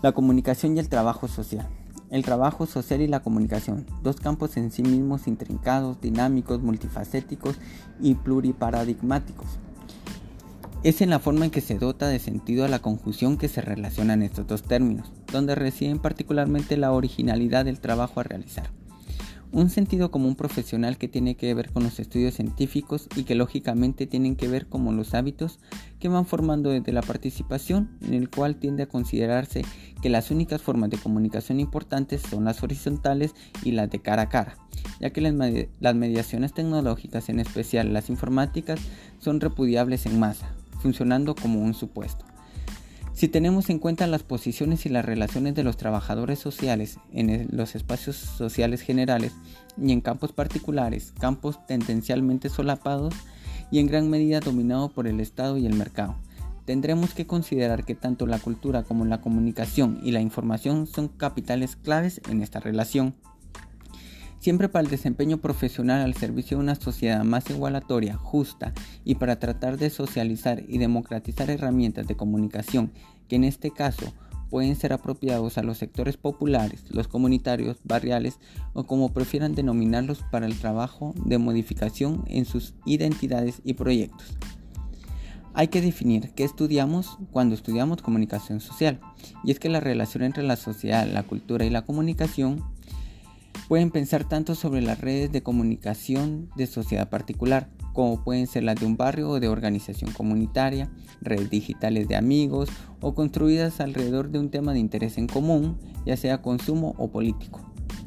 La comunicación y el trabajo social. El trabajo social y la comunicación, dos campos en sí mismos intrincados, dinámicos, multifacéticos y pluriparadigmáticos. Es en la forma en que se dota de sentido a la conjunción que se relacionan estos dos términos, donde residen particularmente la originalidad del trabajo a realizar. Un sentido común profesional que tiene que ver con los estudios científicos y que lógicamente tienen que ver con los hábitos que van formando desde la participación, en el cual tiende a considerarse que las únicas formas de comunicación importantes son las horizontales y las de cara a cara, ya que las mediaciones tecnológicas, en especial las informáticas, son repudiables en masa, funcionando como un supuesto. Si tenemos en cuenta las posiciones y las relaciones de los trabajadores sociales en los espacios sociales generales y en campos particulares, campos tendencialmente solapados y en gran medida dominados por el Estado y el mercado, tendremos que considerar que tanto la cultura como la comunicación y la información son capitales claves en esta relación. Siempre para el desempeño profesional al servicio de una sociedad más igualatoria, justa y para tratar de socializar y democratizar herramientas de comunicación que en este caso pueden ser apropiados a los sectores populares, los comunitarios, barriales o como prefieran denominarlos para el trabajo de modificación en sus identidades y proyectos. Hay que definir qué estudiamos cuando estudiamos comunicación social, y es que la relación entre la sociedad, la cultura y la comunicación pueden pensar tanto sobre las redes de comunicación de sociedad particular, como pueden ser las de un barrio o de organización comunitaria, redes digitales de amigos o construidas alrededor de un tema de interés en común, ya sea consumo o político,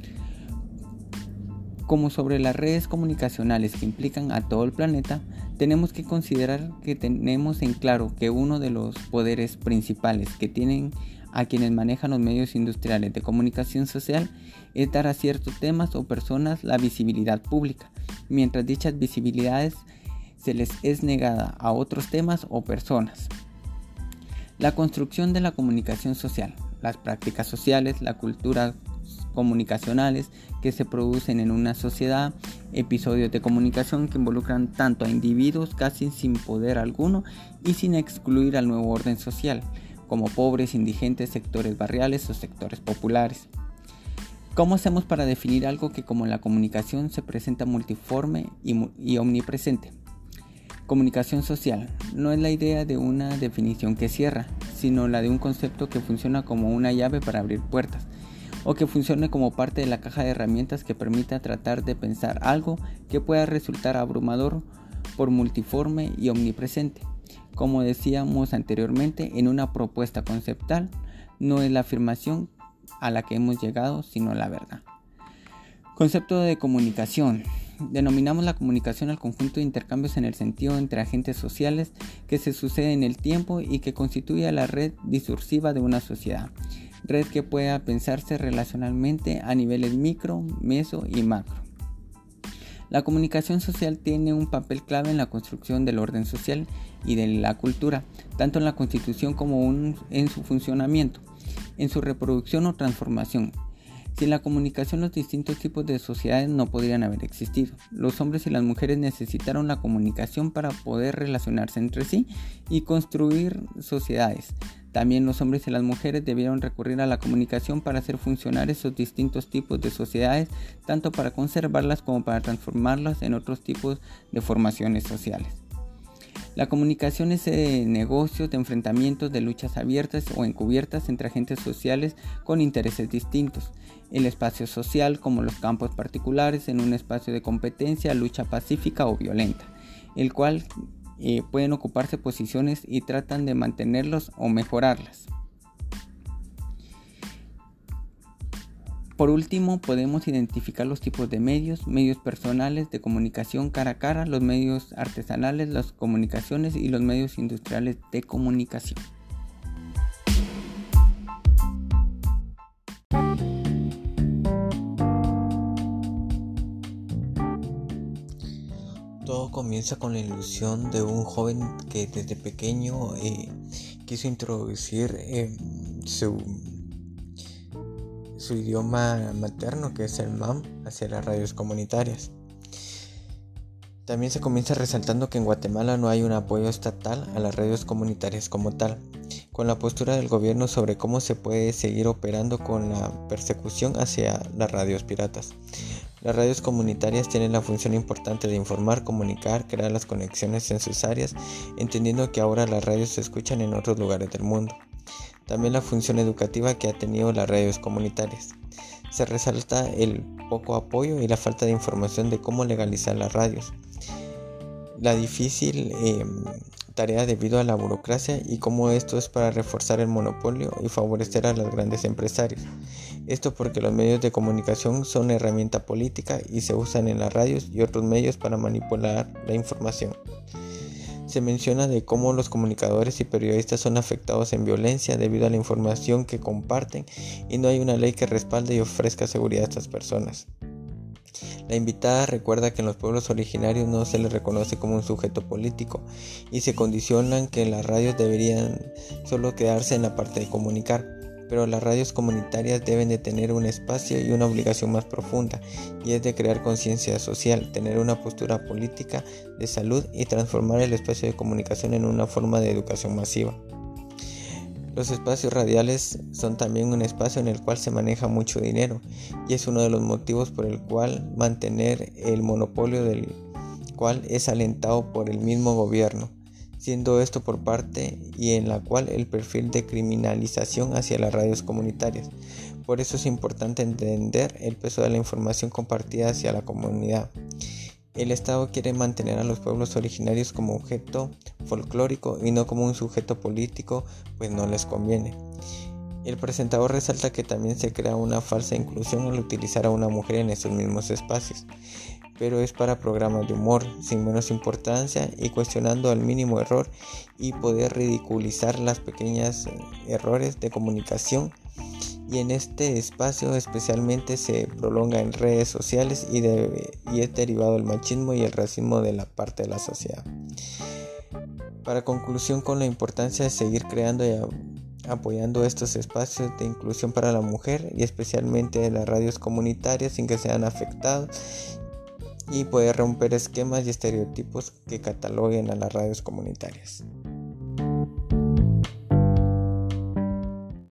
como sobre las redes comunicacionales que implican a todo el planeta. Tenemos que considerar que tenemos en claro que uno de los poderes principales que tienen a quienes manejan los medios industriales de comunicación social es dar a ciertos temas o personas la visibilidad pública, mientras dichas visibilidades se les es negada a otros temas o personas. La construcción de la comunicación social, las prácticas sociales, la cultura comunicacionales que se producen en una sociedad, episodios de comunicación que involucran tanto a individuos casi sin poder alguno y sin excluir al nuevo orden social, como pobres, indigentes, sectores barriales o sectores populares. ¿Cómo hacemos para definir algo que como la comunicación se presenta multiforme y omnipresente? Comunicación social no es la idea de una definición que cierra, sino la de un concepto que funciona como una llave para abrir puertas, o que funcione como parte de la caja de herramientas que permita tratar de pensar algo que pueda resultar abrumador por multiforme y omnipresente. Como decíamos anteriormente, en una propuesta conceptual no es la afirmación a la que hemos llegado, sino la verdad. Concepto de comunicación. Denominamos la comunicación al conjunto de intercambios en el sentido entre agentes sociales que se suceden en el tiempo y que constituye la red discursiva de una sociedad. Red que pueda pensarse relacionalmente a niveles micro, meso y macro. La comunicación social tiene un papel clave en la construcción del orden social y de la cultura, tanto en la constitución como en su funcionamiento, en su reproducción o transformación. Sin la comunicación, los distintos tipos de sociedades no podrían haber existido. Los hombres y las mujeres necesitaron la comunicación para poder relacionarse entre sí y construir sociedades. También los hombres y las mujeres debieron recurrir a la comunicación para hacer funcionar esos distintos tipos de sociedades, tanto para conservarlas como para transformarlas en otros tipos de formaciones sociales. La comunicación es de negocios, de enfrentamientos, de luchas abiertas o encubiertas entre agentes sociales con intereses distintos. El espacio social, como los campos particulares, en un espacio de competencia, lucha pacífica o violenta, el cual pueden ocuparse posiciones y tratan de mantenerlos o mejorarlas. Por último, podemos identificar los tipos de medios personales de comunicación cara a cara, los medios artesanales, las comunicaciones y los medios industriales de comunicación. Todo comienza con la ilusión de un joven que desde pequeño quiso introducir su idioma materno, que es el MAM, hacia las radios comunitarias. También se comienza resaltando que en Guatemala no hay un apoyo estatal a las radios comunitarias como tal, con la postura del gobierno sobre cómo se puede seguir operando con la persecución hacia las radios piratas. Las radios comunitarias tienen la función importante de informar, comunicar, crear las conexiones en sus áreas, entendiendo que ahora las radios se escuchan en otros lugares del mundo. También la función educativa que ha tenido las radios comunitarias. Se resalta el poco apoyo y la falta de información de cómo legalizar las radios. La difícil tarea debido a la burocracia y cómo esto es para reforzar el monopolio y favorecer a los grandes empresarios. Esto porque los medios de comunicación son herramienta política y se usan en las radios y otros medios para manipular la información. Se menciona de cómo los comunicadores y periodistas son afectados en violencia debido a la información que comparten y no hay una ley que respalde y ofrezca seguridad a estas personas. La invitada recuerda que en los pueblos originarios no se les reconoce como un sujeto político y se condicionan que las radios deberían solo quedarse en la parte de comunicar, pero las radios comunitarias deben de tener un espacio y una obligación más profunda, y es de crear conciencia social, tener una postura política de salud y transformar el espacio de comunicación en una forma de educación masiva. Los espacios radiales son también un espacio en el cual se maneja mucho dinero y es uno de los motivos por el cual mantener el monopolio del cual es alentado por el mismo gobierno, siendo esto por parte y en la cual el perfil de criminalización hacia las radios comunitarias. Por eso es importante entender el peso de la información compartida hacia la comunidad. El Estado quiere mantener a los pueblos originarios como objeto folclórico y no como un sujeto político, pues no les conviene. El presentador resalta que también se crea una falsa inclusión al utilizar a una mujer en esos mismos espacios, pero es para programas de humor, sin menos importancia y cuestionando al mínimo error y poder ridiculizar las pequeñas errores de comunicación. Y en este espacio especialmente se prolonga en redes sociales y es derivado del machismo y el racismo de la parte de la sociedad. Para conclusión, con la importancia de seguir creando y apoyando estos espacios de inclusión para la mujer y especialmente de las radios comunitarias sin que sean afectados y poder romper esquemas y estereotipos que cataloguen a las radios comunitarias.